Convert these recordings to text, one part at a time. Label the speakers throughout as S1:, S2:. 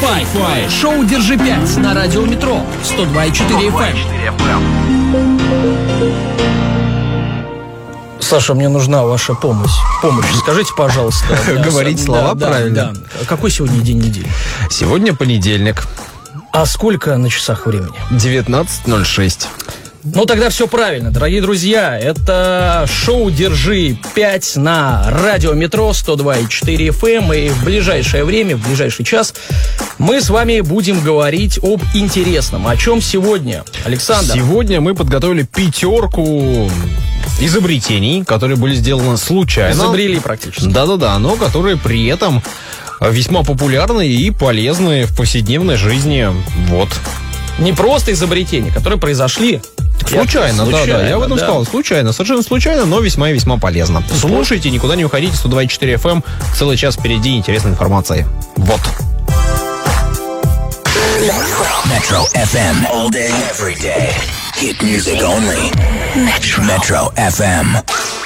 S1: Hi-Fi. Шоу «Держи 5» на радио Метро 102,4 FM. Саша, мне нужна ваша помощь. Скажите, пожалуйста.
S2: Говорить слова правильно.
S1: Да. Какой сегодня день недели?
S2: Сегодня понедельник.
S1: А сколько на часах времени?
S2: 19:06.
S1: Ну, тогда все правильно, дорогие друзья. Это шоу «Держи 5» на радио Метро 102,4 FM. И в ближайшее время, в ближайший час мы с вами будем говорить об интересном. О чем сегодня, Александр?
S2: Сегодня мы подготовили 5 изобретений, которые были сделаны случайно.
S1: Изобрели практически.
S2: Да-да-да, но которые при этом весьма популярны и полезны в повседневной жизни. Вот.
S1: Не просто изобретения, которые произошли...
S2: Случайно, да, я в этом сказал. Случайно, совершенно случайно, но весьма и весьма полезно. Слушайте, никуда не уходите, 102,4 FM. Целый час впереди интересной информации. Вот.
S3: Metro FM. All day, every day. Hit music only. Metro FM.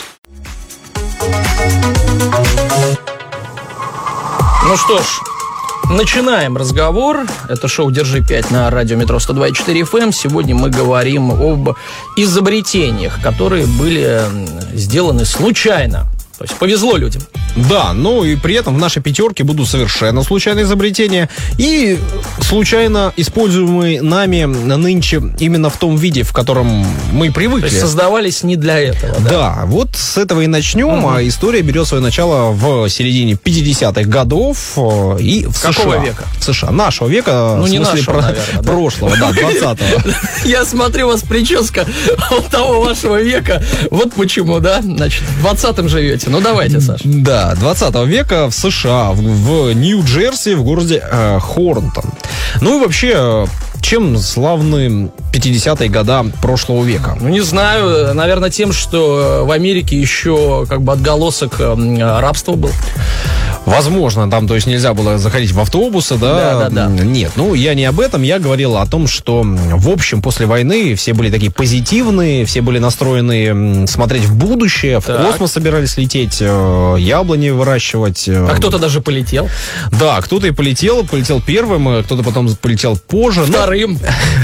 S1: Ну что ж, начинаем разговор. Это шоу «Держи 5» на радио Метро 102,4 FM. Сегодня мы говорим об изобретениях, которые были сделаны случайно. То есть повезло людям.
S2: Да, ну и при этом в нашей пятерке будут совершенно случайные изобретения и случайно используемые нами нынче именно в том виде, в котором мы привыкли.
S1: То есть создавались не для этого, да?
S2: Да, вот с этого и начнем. А история берет свое начало в середине 50-х годов и в США.
S1: Какого века?
S2: В США. Нашего века,
S1: ну,
S2: в смысле
S1: не нашего, наверное,
S2: прошлого, да, 20-го.
S1: Я смотрю, у вас прическа от того вашего века. Вот почему, да? Значит, в 20-м живете. Ну, давайте, Саша.
S2: Да, 20 века в США, в Нью-Джерси, в городе Хорнтон. Ну и вообще, чем славны 50-е года прошлого века?
S1: Ну, не знаю, наверное, тем, что в Америке еще как бы отголосок рабства был.
S2: Возможно, там, то есть нельзя было заходить в автобусы, да?
S1: Да.
S2: Нет, ну, я не об этом, я говорил о том, что, в общем, после войны все были такие позитивные, все были настроены смотреть в будущее, в космос собирались лететь, яблони выращивать.
S1: А кто-то даже полетел.
S2: Да, кто-то и полетел первым, кто-то потом полетел позже.
S1: Вторым.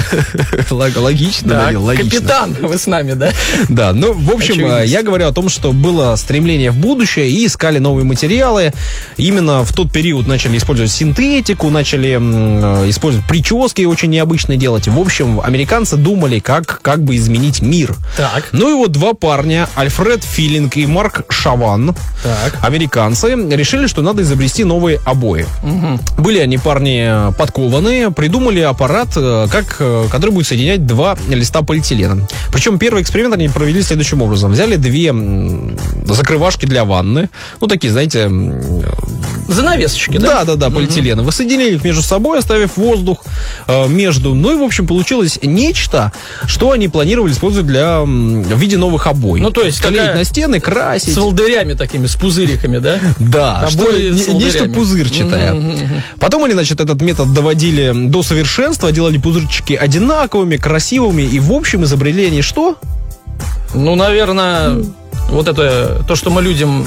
S2: Логично.
S1: Капитан, вы с нами, да?
S2: Да, ну, в общем, я говорю о том, что было стремление в будущее и искали новые материалы. Именно в тот период начали использовать синтетику, начали использовать прически очень необычные делать. В общем, американцы думали, как бы изменить мир.
S1: Так.
S2: Ну и вот два парня, Альфред Филлинг и Марк Шаван, американцы, решили, что надо изобрести новые обои. Угу. Были они парни подкованные, придумали аппарат, который будет соединять два листа полиэтилена. Причем первый эксперимент они провели следующим образом. Взяли две закрывашки для ванны, ну такие, знаете...
S1: Занавесочки, да?
S2: Да, полиэтилена. Вы соединили их между собой, оставив воздух между. Ну и, в общем, получилось нечто, что они планировали использовать в виде новых обоев.
S1: Ну, то есть
S2: клеить на стены, красить.
S1: С волдырями такими, с пузыриками, да?
S2: Да, нечто пузырчатое. Потом они, значит, этот метод доводили до совершенства, делали пузырчики одинаковыми, красивыми, и, в общем, изобрели они что?
S1: Ну, наверное... Вот это, то, что мы любим,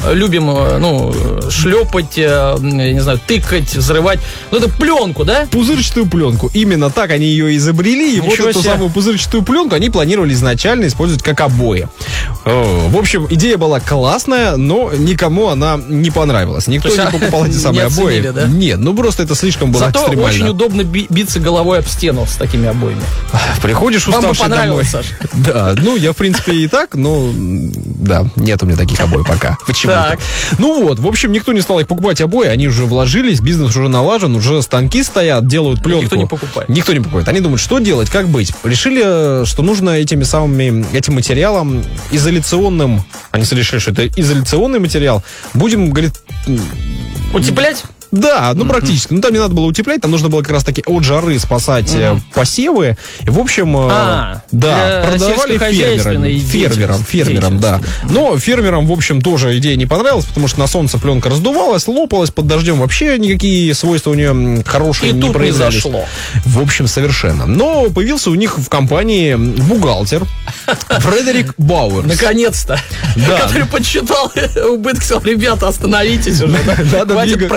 S1: шлепать, я не знаю, тыкать, взрывать. Ну, это пленку, да?
S2: Пузырчатую пленку. Именно так они ее изобрели. И вот эту самую пузырчатую пленку они планировали изначально использовать как обои. В общем, идея была классная, но никому она не понравилась. Никто не покупал эти самые обои.
S1: Да?
S2: Нет, ну просто это слишком было экстремально.
S1: Зато очень удобно биться головой об стену с такими обоями.
S2: Приходишь уставший домой. Саша? Да, ну я в принципе и так, но да. Нет у меня таких обоев пока. Почему-то. Ну вот, в общем, никто не стал их покупать обои, они уже вложились, бизнес уже налажен, уже станки стоят, делают пленку.
S1: Никто не покупает.
S2: Никто не покупает. Они думают, что делать, как быть. Решили, что нужно этим материалом изоляционным, они решили, что это изоляционный материал, будем, говорит...
S1: Утеплять?
S2: Да, ну практически. Ну там не надо было утеплять, там нужно было как раз таки от жары спасать посевы. И, в общем, продавали фермерам, да. Но фермерам, в общем, тоже идея не понравилась, потому что на солнце пленка раздувалась, лопалась, под дождем вообще никакие свойства у нее хорошие не произошли. В общем, совершенно. Но появился у них в компании бухгалтер Фредерик Бауэрс.
S1: Наконец-то. Который подсчитал убытки, сказал, ребята, остановитесь уже, хватит производить.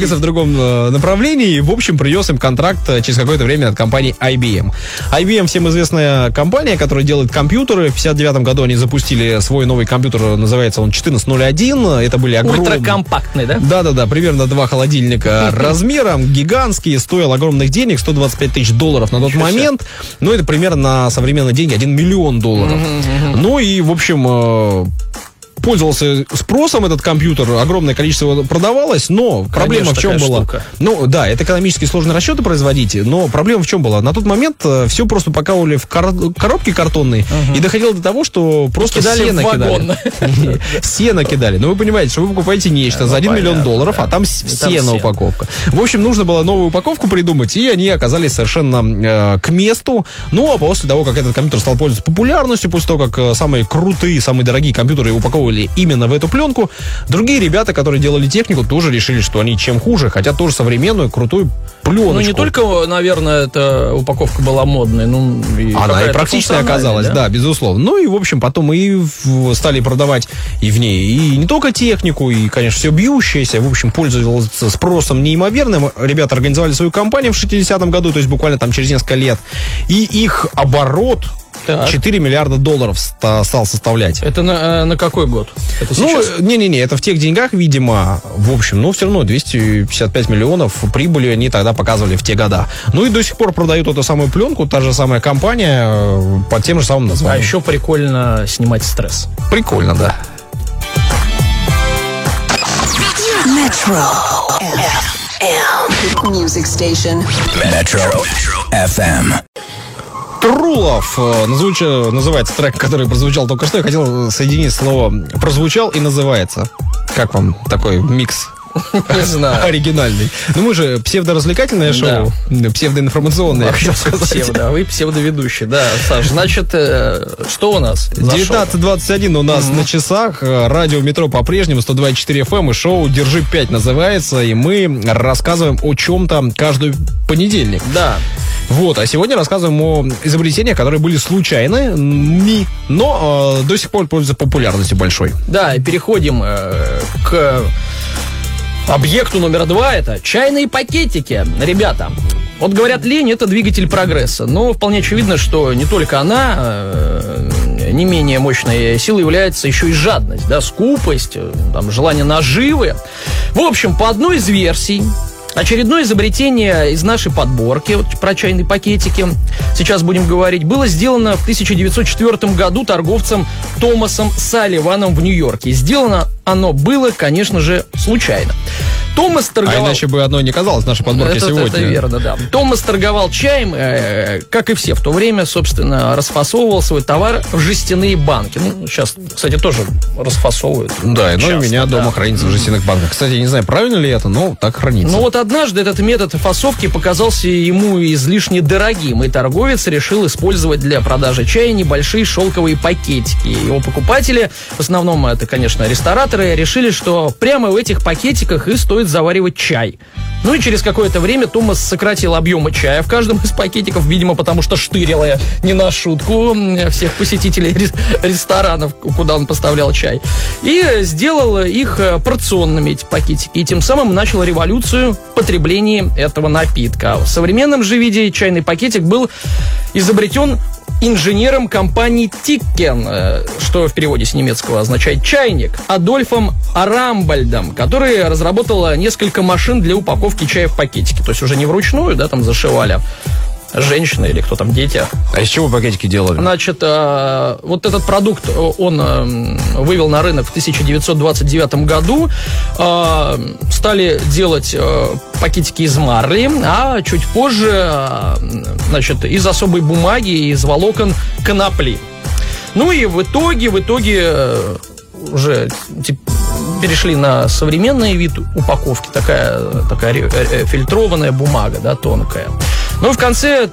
S2: двигаться в другом направлении, и, в общем, принес им контракт через какое-то время от компании IBM. IBM всем известная компания, которая делает компьютеры. В 1959 году они запустили свой новый компьютер, называется он 1401. Это были огромные...
S1: Ультракомпактный, да?
S2: Да-да-да, примерно 2 холодильника размером, гигантские, стоил огромных денег, $125 тысяч на тот момент. Ну, это примерно на современные деньги $1 миллион. Ну и, в общем... пользовался спросом этот компьютер, огромное количество продавалось, но проблема в чем была? Штука. Ну да, это экономически сложные расчеты производить, но проблема в чем была? На тот момент все просто упаковывали в коробки картонные и доходило до того, что просто сено кидали. Сено кидали. Но вы понимаете, что вы покупаете нечто за $1 миллион, а там сено упаковка. В общем, нужно было новую упаковку придумать, и они оказались совершенно к месту. Ну, а после того, как этот компьютер стал пользоваться популярностью, после того, как самые крутые, самые дорогие компьютеры упаковывали именно в эту пленку, другие ребята, которые делали технику, тоже решили, что они чем хуже, хотят тоже современную, крутую пленочку.
S1: Ну, не только, наверное, эта упаковка была модной, ну, и
S2: она и практичная оказалась, да, безусловно. Ну, и, в общем, потом и стали продавать и в ней, и не только технику, и, конечно, все бьющееся, в общем, пользовался спросом неимоверным. Ребята организовали свою компанию в 60-м году, то есть буквально там через несколько лет, и их оборот... Так. $4 миллиарда стал составлять.
S1: Это на какой год? Это
S2: сейчас? Ну, не-не-не, это в тех деньгах, видимо, в общем, но все равно 255 миллионов прибыли они тогда показывали в те года. Ну и до сих пор продают эту самую пленку, та же самая компания, под тем же самым названием.
S1: А еще прикольно снимать стресс.
S2: Прикольно, да.
S3: Metro FM. Music station. Metro FM.
S2: Трулов называется трек, который прозвучал только что. Я хотел соединить слово «прозвучал» и «называется». Как вам такой микс?
S1: Не знаю.
S2: Оригинальный. Ну, мы же псевдоразвлекательное шоу, псевдоинформационное, я хотел сказать.
S1: Вы псевдоведущий, да, Саш. Значит, что у нас?
S2: 19:21 у нас на часах. Радио Метро по-прежнему, 102.4 FM, и шоу «Держи 5» называется, и мы рассказываем о чем-то каждый понедельник.
S1: Да.
S2: Вот, а сегодня рассказываем о изобретениях, которые были случайными, но до сих пор пользуются популярностью большой.
S1: Да, и переходим к объекту номер 2, это чайные пакетики. Ребята, вот говорят, лень — это двигатель прогресса, но вполне очевидно, что не только она, не менее мощной силой является еще и жадность, да, скупость, там, желание наживы. В общем, по одной из версий, очередное изобретение из нашей подборки, вот, про чайные пакетики, сейчас будем говорить, было сделано в 1904 году торговцем Томасом Салливаном в Нью-Йорке. Сделано оно было, конечно же, случайно. Томас торговал...
S2: А иначе бы одно не казалось в нашей подборке сегодня.
S1: Это верно, да. Томас торговал чаем, как и все в то время, собственно, расфасовывал свой товар в жестяные банки. Ну, сейчас, кстати, тоже расфасовывают.
S2: Да, но у меня дома хранится в жестяных банках. Кстати, я не знаю, правильно ли это, но так хранится.
S1: Ну вот однажды этот метод фасовки показался ему излишне дорогим, и торговец решил использовать для продажи чая небольшие шелковые пакетики. Его покупатели, в основном это, конечно, рестораторы, решили, что прямо в этих пакетиках и стоит заваривать чай. Ну и через какое-то время Томас сократил объемы чая в каждом из пакетиков, видимо, потому что штырило не на шутку всех посетителей ресторанов, куда он поставлял чай. И сделал их порционными, эти пакетики. И тем самым начал революцию в потреблении этого напитка. В современном же виде чайный пакетик был изобретен инженером компании Тиккен, что в переводе с немецкого означает «чайник», Адольфом Арамбольдом, который разработал несколько машин для упаковки чая в пакетики. То есть уже не вручную, да, там зашивали женщины или кто там, дети.
S2: А из чего пакетики делали?
S1: Значит, вот этот продукт он вывел на рынок в 1929 году. Стали делать пакетики из марли, а чуть позже, значит, из особой бумаги, из волокон конопли. Ну и в итоге уже перешли на современный вид упаковки, такая фильтрованная бумага, да, тонкая. Ну, в конце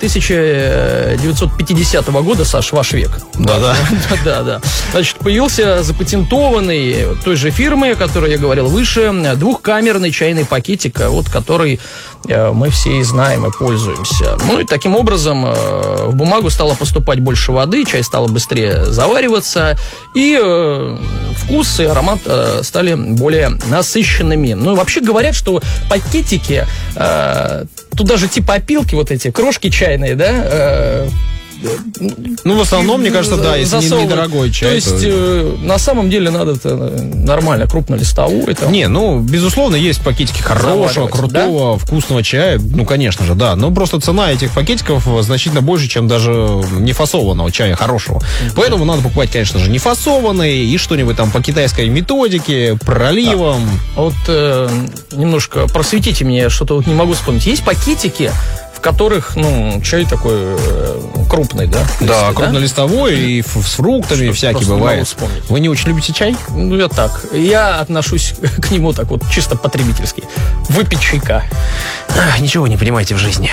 S1: 1950 года, Саш, ваш век.
S2: Да.
S1: Значит, появился запатентованный той же фирмы, о которой я говорил выше, двухкамерный чайный пакетик, вот который мы все и знаем и пользуемся. Ну, и таким образом в бумагу стало поступать больше воды, чай стал быстрее завариваться, и вкус и аромат стали более насыщенными. Ну, и вообще говорят, что пакетики, тут даже типа опилки, вот эти крошки чайные, да,
S2: ну, в основном, мне кажется, да, если недорогой чай.
S1: То есть, на самом деле, надо нормально, крупнолистовую.
S2: Не, ну, безусловно, есть пакетики хорошего, крутого, да? Вкусного чая. Ну, конечно же, да. Но просто цена этих пакетиков значительно больше, чем даже нефасованного чая хорошего. Поэтому надо покупать, конечно же, нефасованный и что-нибудь там по китайской методике, проливом.
S1: Да. Вот немножко просветите меня, что-то вот не могу вспомнить. Есть пакетики, в которых, ну, чай такой крупный, да?
S2: Да, крупнолистовой, да? И с фруктами что всякий бывает. Вы не очень любите чай?
S1: Ну, я так. Я отношусь к нему так вот чисто потребительски. Выпить чайка.
S2: Ничего не понимаете в жизни.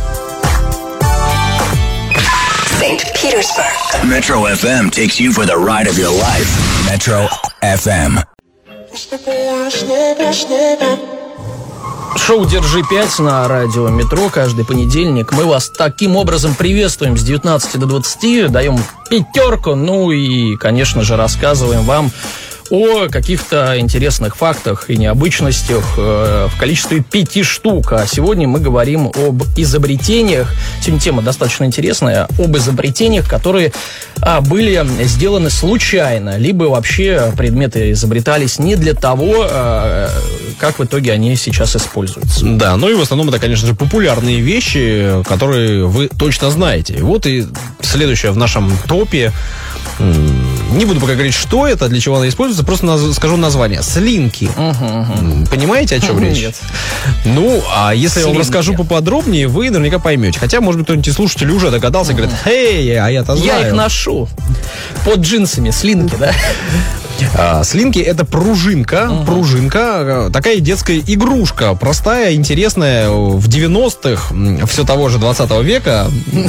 S3: Metro FM takes you for the ride of your life. Metro FM.
S1: Шоу «Держи 5» на радио Метро каждый понедельник. Мы вас таким образом приветствуем с 19 до 20, даем 5, ну и, конечно же, рассказываем вам о каких-то интересных фактах и необычностях в количестве 5 штук. А сегодня мы говорим об изобретениях. Сегодня тема достаточно интересная. Об изобретениях, которые были сделаны случайно, либо вообще предметы изобретались не для того, как в итоге они сейчас используются.
S2: Да, ну и в основном это, конечно же, популярные вещи, которые вы точно знаете. Вот и следующее в нашем топе. Не буду пока говорить, что это, для чего она используется, просто скажу название. Слинки. Понимаете, о чем речь?
S1: Нет.
S2: Ну, а если я вам расскажу поподробнее, вы наверняка поймете. Хотя, может быть, кто-нибудь из слушателей уже догадался и говорит: «Эй, а я-то знаю».
S1: Я их ношу под джинсами, слинки, да?
S2: Слинки — это пружинка, такая детская игрушка, простая, интересная, в 90-х, все того же 20 века,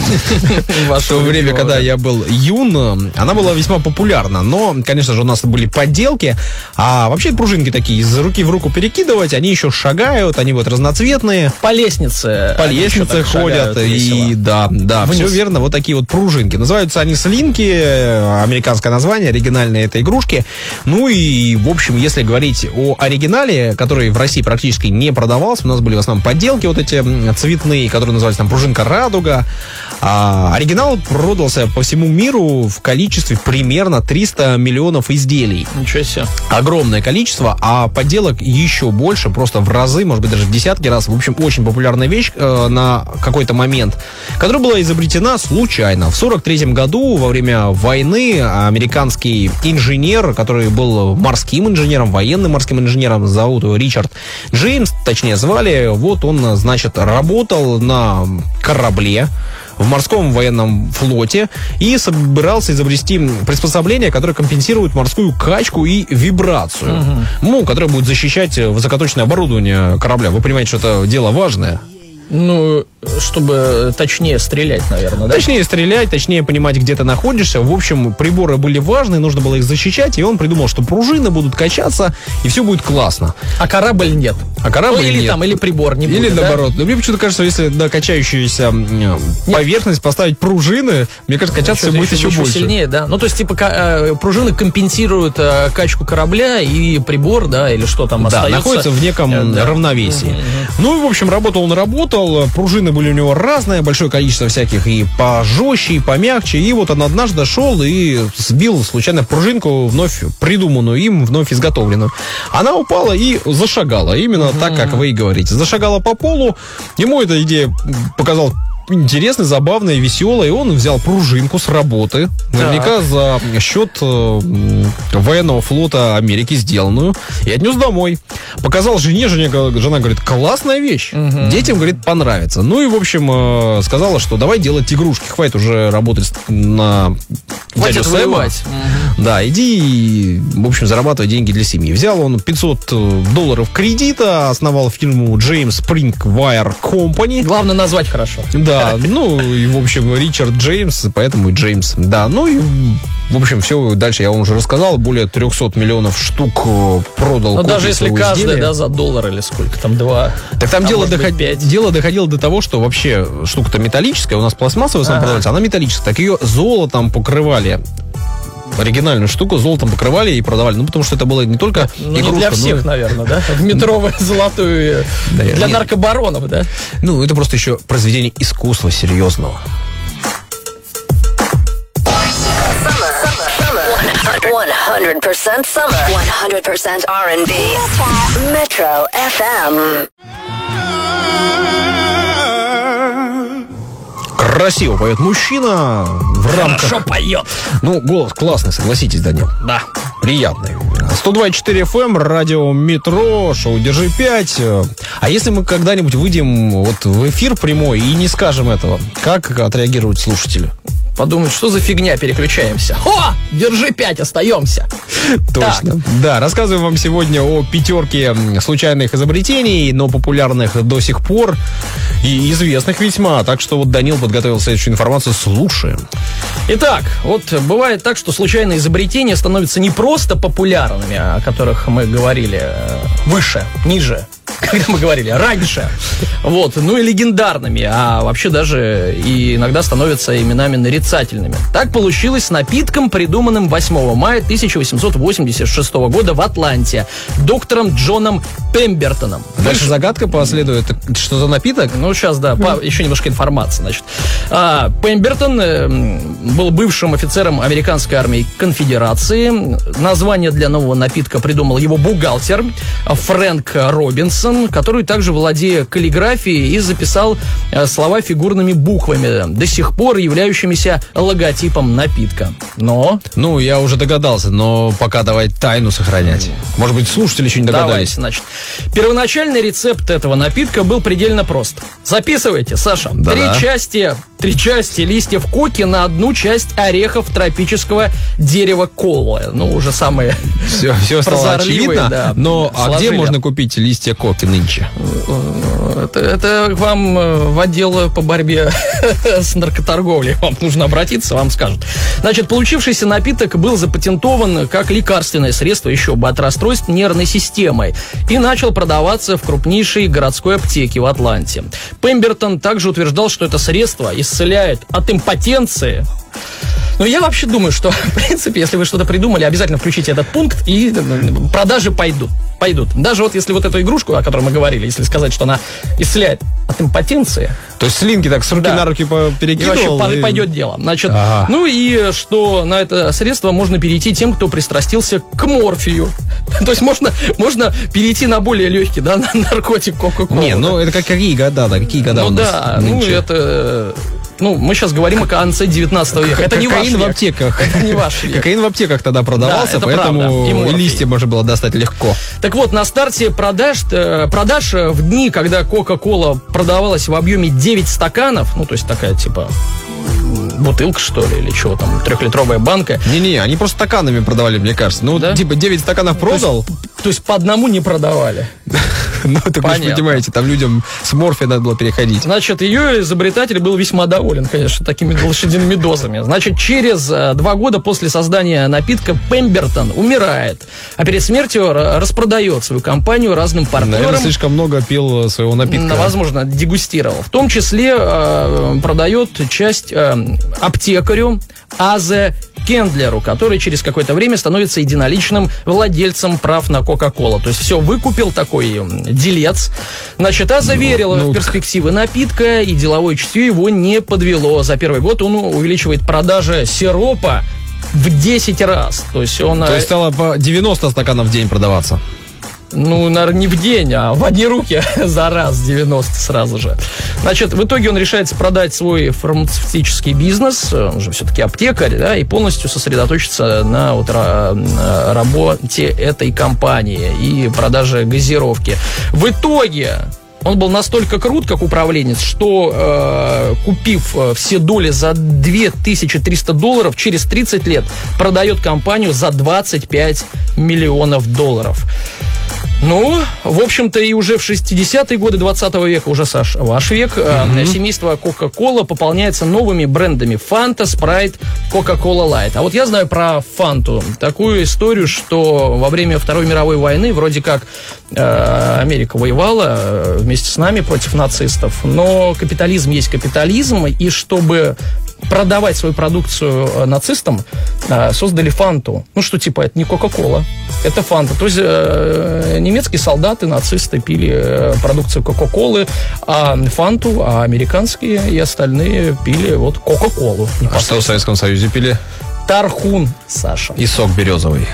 S2: в то время, когда я был юн, она была весьма популярна, но, конечно же, у нас были подделки, а вообще пружинки такие, из руки в руку перекидывать, они еще шагают, они вот разноцветные.
S1: По лестнице
S2: ходят, и да, все верно, вот такие вот пружинки. Называются они слинки, американское название, оригинальные этой игрушки. Ну и, в общем, если говорить о оригинале, который в России практически не продавался, у нас были в основном подделки вот эти цветные, которые назывались там пружинка «Радуга». А оригинал продался по всему миру в количестве примерно 300 миллионов изделий.
S1: Ничего себе.
S2: Огромное количество, а подделок еще больше, просто в разы, может быть, даже в десятки раз. В общем, очень популярная вещь на какой-то момент, которая была изобретена случайно. В 1943 году, во время войны, американский инженер, который был морским инженером, военным морским инженером, зовут его Ричард Джеймс, точнее звали, вот он, значит, работал на корабле в морском военном флоте и собирался изобрести приспособление, которое компенсирует морскую качку и вибрацию, которое будет защищать высокоточное оборудование корабля. Вы понимаете, что это дело важное?
S1: Ну, чтобы точнее стрелять, наверное, да?
S2: Точнее стрелять, точнее понимать, где ты находишься. В общем, приборы были важны, нужно было их защищать, и он придумал, что пружины будут качаться, и все будет классно.
S1: А корабль нет. Или прибор не будет,
S2: или наоборот. Но мне почему-то кажется, если на качающуюся поверхность поставить пружины, мне кажется, качаться все будет еще больше.
S1: Сильнее, да? Ну, то есть, типа, пружины компенсируют качку корабля, и прибор, да, или что там остается.
S2: Да, находится в неком равновесии. Ну, и, в общем, работал он, пружины были у него разные, большое количество всяких и пожестче, и помягче, и вот он однажды шел и сбил случайно пружинку, вновь придуманную им, вновь изготовленную. Она упала и зашагала, именно так, как вы и говорите. Зашагала по полу, ему эта идея показалась интересной, забавной, веселой, и он взял пружинку с работы, наверняка за счет военного флота Америки сделанную, и отнес домой. Показал жене, жена говорит: классная вещь, детям, говорит, понравится. Ну и, в общем, сказала, что давай делать игрушки, хватит уже работать на дядю Сэма. Да, иди и, в общем, зарабатывай деньги для семьи. Взял он $500 кредита, основал фирму James Spring Wire Company.
S1: Главное назвать хорошо.
S2: Да, Да, ну, и, в общем, Ричард Джеймс, поэтому и Джеймс. Да, ну и, в общем, все, дальше я вам уже рассказал, более 300 миллионов штук продал.
S1: Ну, даже если каждый, да, за $1 или сколько, там 2.
S2: Так там дело доходило до того, что вообще штука-то металлическая, у нас пластмассовая в основном продается, она металлическая, так ее золотом покрывали. Оригинальную штуку золотом покрывали и продавали. Ну, потому что это было не только игрушка.
S1: Не для всех, наверное, да? В метровую золотую для наркобаронов, да?
S2: Ну, это просто еще произведение искусства серьезного.
S3: 100% summer. 100% R&B. Metro FM.
S2: Красиво поет мужчина в рамках...
S1: Хорошо поет.
S2: Ну, голос классный, согласитесь, Данил.
S1: Да.
S2: Приятный. 102.4 FM, радио Метро, шоу «Держи 5». А если мы когда-нибудь выйдем вот в эфир прямой и не скажем этого, как отреагируют слушатели?
S1: Подумают, что за фигня, переключаемся. О, держи 5, остаемся.
S2: Точно. Так. Да, рассказываем вам сегодня о 5 случайных изобретений, но популярных до сих пор и известных весьма. Так что вот Данил подготовил следующую информацию, слушаем.
S1: Итак, вот бывает так, что случайные изобретения становятся не просто популярными, о которых мы говорили выше, ниже, когда мы говорили раньше, вот, ну и легендарными, а вообще даже и иногда становятся именами нарицательными. Так получилось с напитком, придуманным 8 мая 1886 года в Атланте доктором Джоном Пембертоном.
S2: Дальше загадка последует. Что за напиток?
S1: Ну, сейчас, да, еще немножко информации, значит. Пембертон был бывшим офицером американской армии Конфедерации. Название для нового напитка придумал его бухгалтер Фрэнк Робинсон, который также, владея каллиграфией, и записал слова фигурными буквами, до сих пор являющимися логотипом напитка. Но...
S2: Ну, я уже догадался, но пока давай тайну сохранять. Может быть, слушатели еще не догадались.
S1: Давайте, значит. Первоначальный рецепт этого напитка был предельно прост. Записывайте, Саша.
S2: Да.
S1: Три части листьев коки на 1 часть орехов тропического дерева колы. Ну, уже самые
S2: все стало очевидно. Да, но
S1: сложили.
S2: А где можно купить листья коки нынче?
S1: Это к вам в отдел по борьбе с наркоторговлей. Вам нужно обратиться, вам скажут. Значит, получившийся напиток был запатентован как лекарственное средство еще бы от расстройств нервной системы и начал продаваться в крупнейшей городской аптеке в Атланте. Пембертон также утверждал, что это средство исцеляет от импотенции. Но я вообще думаю, что, в принципе, если вы что-то придумали, обязательно включите этот пункт, и продажи пойдут. Даже вот если вот эту игрушку, о которой мы говорили, если сказать, что она исцеляет от импотенции.
S2: То есть слинки так с руки на руки перекидывал.
S1: И вообще пойдет дело. Значит, ну и что на это средство можно перейти тем, кто пристрастился к морфию. То есть можно перейти на более легкий, да, на наркотик Кока-Кола.
S2: Не, ну это какие года у нас?
S1: Да, нынче? Ну это... Ну, мы сейчас говорим о конце 19 века. Это не ваш век.
S2: В аптеках.
S1: Это не ваш век.
S2: Кокаин в аптеках тогда продавался, да, поэтому и листья можно было достать легко.
S1: Так вот, на старте продаж в дни, когда Кока-Кола продавалась в объеме 9 стаканов, ну, то есть такая, типа, бутылка, что ли, или чего там, 3-литровая банка.
S2: Не-не, они просто стаканами продавали, мне кажется. Ну, да? Типа 9 стаканов продал.
S1: То есть по одному не продавали.
S2: Ну, так вы же понимаете, там людям с морфия надо было переходить.
S1: Значит, ее изобретатель был весьма доволен, конечно, такими лошадиными дозами. Значит, через 2 года после создания напитка Пембертон умирает, а перед смертью распродает свою компанию разным партнерам.
S2: Наверное, слишком много пил своего напитка.
S1: Возможно, дегустировал. В том числе продает часть аптекарю Азе Кендлеру, который через какое-то время становится единоличным владельцем прав на Кока-Колу. То есть все выкупил такой делец. Значит, а заверил в перспективы напитка, и деловое чутье его не подвело. За первый год он увеличивает продажи сиропа в 10 раз. То есть
S2: стало по 90 стаканов в день продаваться.
S1: Ну, наверное, не в день, а в одни руки за раз 90 сразу же. Значит, в итоге он решается продать свой фармацевтический бизнес, он же все-таки аптекарь, да, и полностью сосредоточиться на работе этой компании и продаже газировки. В итоге он был настолько крут, как управленец, что, купив все доли за $2300, через 30 лет продает компанию за $25 миллионов. Ну, в общем-то, и уже в 60-е годы 20 века, уже, Саш, ваш век, семейство Coca-Cola пополняется новыми брендами Fanta, Sprite, Coca-Cola Light. А вот я знаю про Фанту такую историю, что во время Второй мировой войны вроде как Америка воевала вместе с нами против нацистов, но капитализм есть капитализм, и чтобы продавать свою продукцию нацистам, создали Фанту. Ну, что типа, это не Кока-Кола, это Фанта. То есть немецкие солдаты, нацисты пили продукцию Кока-Колы, а Фанту, а американские и остальные пили вот Кока-Колу.
S2: А что в Советском Союзе пили?
S1: Тархун, Саша.
S2: И сок березовый.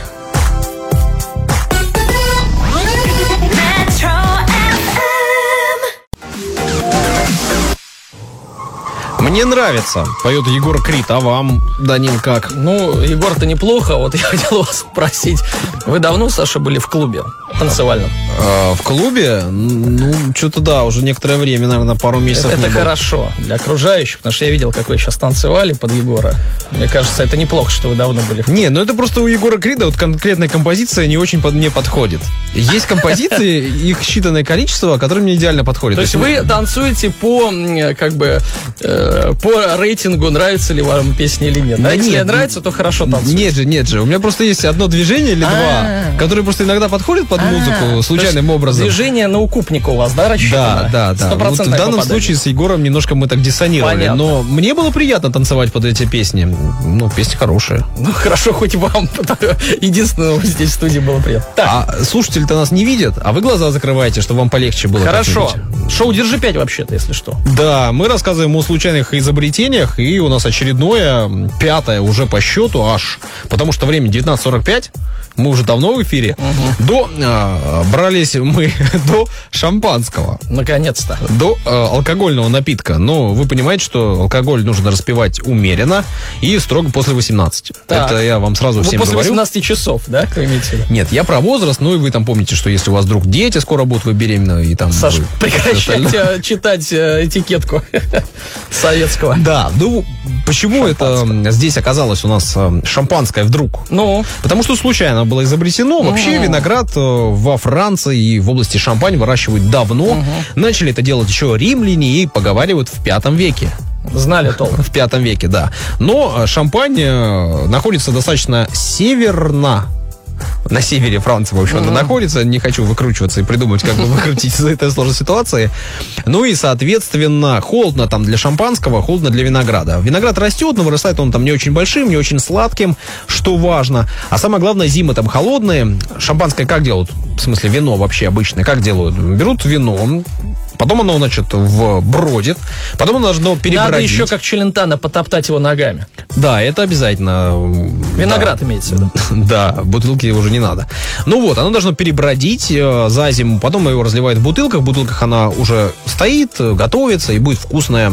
S2: Мне нравится, поет Егор Крид, а вам, Данил, как?
S1: Ну, Егор-то неплохо, вот я хотел вас спросить, вы давно, Саша, были в клубе танцевальном?
S2: В клубе? Ну, что-то да, уже некоторое время, наверное, пару месяцев.
S1: Это хорошо для окружающих, потому что я видел, как вы сейчас танцевали под Егора. Мне кажется, это неплохо, что вы давно были в клубе.
S2: Не, ну это просто у Егора Крида вот конкретная композиция не очень под мне подходит. Есть композиции, их считанное количество, которые мне идеально подходят.
S1: То есть вы танцуете по, как бы, по рейтингу, нравится ли вам песня или нет. Да, если нравится, то хорошо танцуете.
S2: Нет же. У меня просто есть одно движение или два, которые просто иногда подходят под музыку случайным образом.
S1: Движение на укупника у вас, да, рассчитано?
S2: Да. Вот в данном случае с Егором немножко мы так диссонировали. Понятно. Но мне было приятно танцевать под эти песни. Ну, песни хорошие.
S1: Ну, хорошо, хоть вам. Единственное, здесь в студии было приятно.
S2: А слушатели-то нас не видят, а вы глаза закрываете, чтобы вам полегче было.
S1: Хорошо. Шоу «Держи 5» вообще-то, если что.
S2: Да, мы рассказываем о случайных изобретениях, и у нас очередное, 5-е уже по счету аж, потому что время 19:45, мы уже давно в эфире, брались мы до шампанского.
S1: Наконец-то.
S2: До алкогольного напитка. Но вы понимаете, что алкоголь нужно распивать умеренно и строго после 18. Так. Это я вам сразу всем
S1: после
S2: говорю.
S1: После 18 часов, да, вы имеете в виду?
S2: Нет, я про возраст, ну и вы там помните, что если у вас вдруг дети скоро будут, вы беременны, и там...
S1: Саш, прекращайте читать этикетку советского.
S2: Да, ну почему это здесь оказалось у нас шампанское вдруг?
S1: Ну?
S2: Потому что случайно было изобретено. Вообще виноград во Франции и в области Шампань выращивают давно. Начали это делать еще римляне и поговаривают в 5 веке.
S1: Знали толк.
S2: В 5 веке, да. Но Шампань находится достаточно северно. На севере Франции, в общем-то, находится. Не хочу выкручиваться и придумать, как бы выкрутить из этой сложной ситуации. Ну и, соответственно, холодно там для шампанского, холодно для винограда. Виноград растет, но вырастает он там не очень большим, не очень сладким, что важно. А самое главное, зимы там холодные. Шампанское как делают? В смысле, вино вообще обычное. Как делают? Берут вино, потом оно, значит, бродит, потом оно должно перебродить.
S1: Надо еще, как Челентано, потоптать его ногами.
S2: Да, это обязательно.
S1: Виноград имеется в виду.
S2: Да, бутылки уже не надо. Ну вот, оно должно перебродить за зиму, потом его разливают в бутылках. В бутылках она уже стоит, готовится, и будет вкусное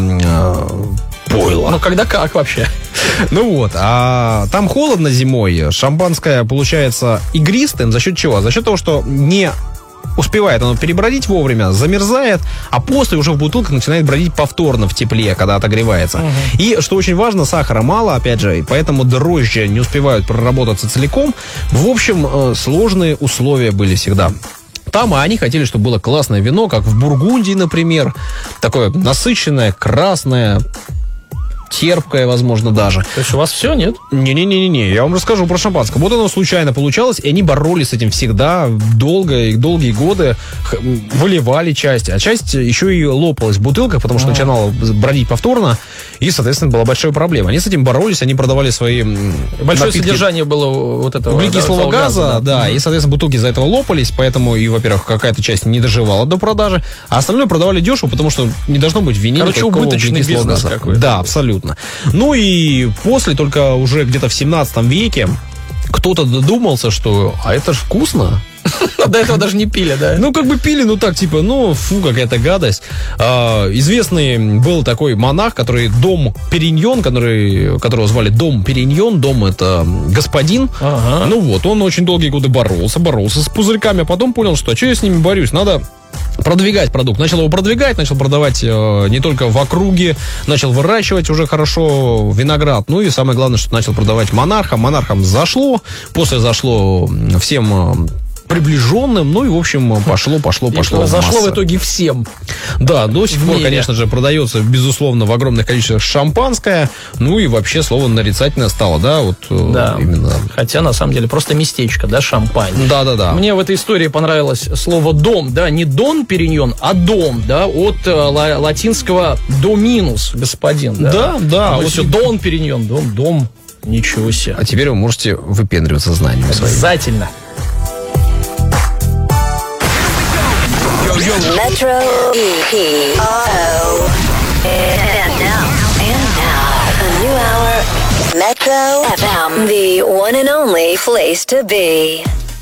S2: пойло.
S1: Ну, когда как вообще?
S2: Ну вот, а там холодно зимой. Шампанское получается игристым. За счет чего? За счет того, что не успевает оно перебродить вовремя, замерзает, а после уже в бутылках начинает бродить повторно в тепле, когда отогревается. И, что очень важно, сахара мало, опять же, и поэтому дрожжи не успевают проработаться целиком. В общем, сложные условия были всегда. Там они хотели, чтобы было классное вино, как в Бургундии, например. Такое насыщенное, красное, терпкое, возможно, даже.
S1: То есть у вас все, нет?
S2: Не-не-не, я вам расскажу про шампанское. Вот оно случайно получалось, и они боролись с этим всегда долгие годы, выливали часть, а часть еще и лопалась в бутылках, потому что начинала бродить повторно, и, соответственно, была большая проблема. Они с этим боролись, они продавали свои
S1: большое напитки. Содержание было вот этого
S2: углекислого газа, да, и, соответственно, бутылки из-за этого лопались, поэтому и, во-первых, какая-то часть не доживала до продажи, а остальное продавали дешево, потому что не должно быть в вине никакого углекислого газа.
S1: Какой-то.
S2: Да, абсолютно. Ну и после, только уже где-то в 17 веке, кто-то додумался, что а это ж вкусно.
S1: До этого даже не пили, да?
S2: Ну, как бы пили, ну так, типа, ну, фу, какая-то гадость. Известный был такой монах, который Дом Периньон, которого звали Дом Периньон, Дом это господин. Ну вот, он очень долгие годы боролся с пузырьками, а потом понял, что что я с ними борюсь, надо продвигать продукт. Начал его продвигать, начал продавать не только в округе, начал выращивать уже хорошо виноград. Ну и самое главное, что начал продавать монархам. Монархам зашло, после зашло всем приближенным. Ну и, в общем, пошло.
S1: Зашло в итоге всем.
S2: Да, до сих пор, конечно же, продается, безусловно, в огромных количествах шампанское. Ну и вообще слово нарицательное стало, да? Вот
S1: да. Именно. Хотя, на самом деле, просто местечко, да, шампань.
S2: Да.
S1: Мне в этой истории понравилось слово «дом», да, не «дон Периньон», а «дом», да, от латинского «доминус», господин, да.
S2: Да.
S1: Вот все, «дон Периньон», дом, ничего себе.
S2: А теперь вы можете выпендриваться знаниями своими.
S1: Обязательно.
S4: Metro EPO. And now, a new hour. Metro FM, the one and only place to be.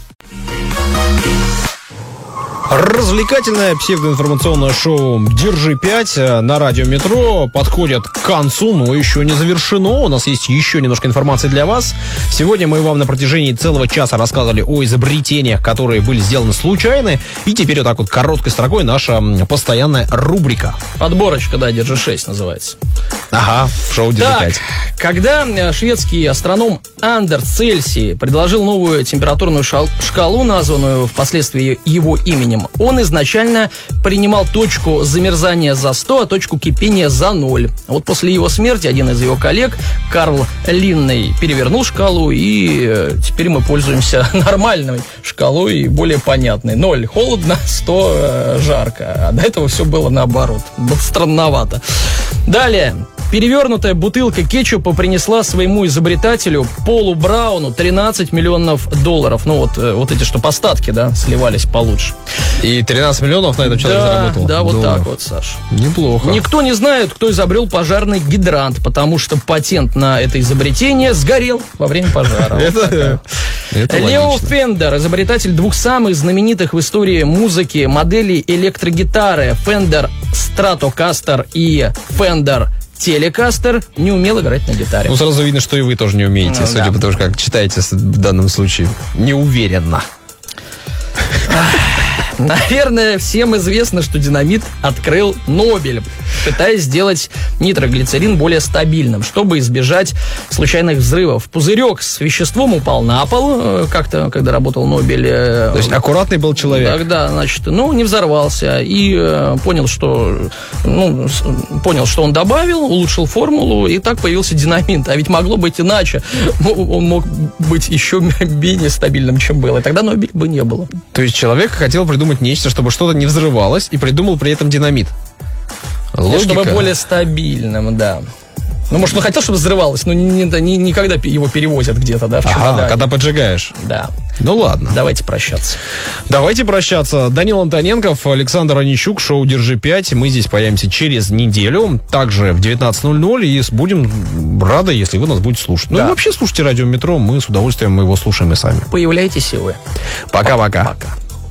S2: Развлекательное псевдоинформационное шоу «Держи 5» на радио Метро подходит к концу, но еще не завершено. У нас есть еще немножко информации для вас. Сегодня мы вам на протяжении целого часа рассказывали о изобретениях, которые были сделаны случайно. И теперь вот так вот короткой строкой наша постоянная рубрика.
S1: Подборочка, да, «Держи 6» называется.
S2: Ага, шоу «Держи 5».
S1: Когда шведский астроном Андерс Цельсий предложил новую температурную шкалу, названную впоследствии его именем, он изначально принимал точку замерзания за 100, а точку кипения за 0. Вот после его смерти один из его коллег, Карл Линней, перевернул шкалу, и теперь мы пользуемся нормальной шкалой и более понятной. 0 холодно, 100 жарко. А до этого все было наоборот. Было странновато. Далее. Перевернутая бутылка кетчупа принесла своему изобретателю Полу Брауну $13 миллионов. Ну вот эти, что остатки, да, сливались получше.
S2: И 13 миллионов на этом человек заработал?
S1: Да, вот так вот, Саш.
S2: Неплохо.
S1: Никто не знает, кто изобрел пожарный гидрант, потому что патент на это изобретение сгорел во время пожара. Лео Фендер, изобретатель двух самых знаменитых в истории музыки моделей электрогитары Fender Stratocaster и Fender Телекастер, не умел играть на гитаре.
S2: Ну, сразу видно, что и вы тоже не умеете, судя по тому, как читаете в данном случае. Неуверенно.
S1: Наверное, всем известно, что динамит открыл Нобель, пытаясь сделать нитроглицерин более стабильным, чтобы избежать случайных взрывов. Пузырек с веществом упал на пол, как-то, когда работал Нобель.
S2: То есть аккуратный был человек.
S1: Тогда, значит, не взорвался. И понял, что он добавил, улучшил формулу, и так появился динамит. А ведь могло быть иначе. Он мог быть еще менее стабильным, чем был. И тогда Нобеля бы не было.
S2: То есть человек хотел придумать нечто, чтобы что-то не взрывалось, и придумал при этом динамит.
S1: Логика. Чтобы более стабильным, да. Ну, может, он хотел, чтобы взрывалось, но никогда его перевозят где-то, да, в чемодане.
S2: Когда поджигаешь.
S1: Да.
S2: Ну, ладно.
S1: Давайте прощаться.
S2: Данил Антоненков, Александр Онищук, шоу «Держи 5». Мы здесь появимся через неделю, также в 19:00, и будем рады, если вы нас будете слушать. Ну, и вообще слушайте радио Метро, мы с удовольствием его слушаем и сами.
S1: Появляйтесь и вы.
S2: Пока-пока.
S1: Пока.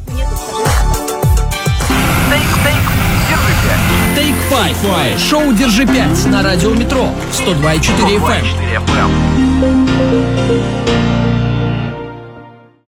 S1: Take 5. Шоу «Держи 5» на радио Метро 102,4 FM.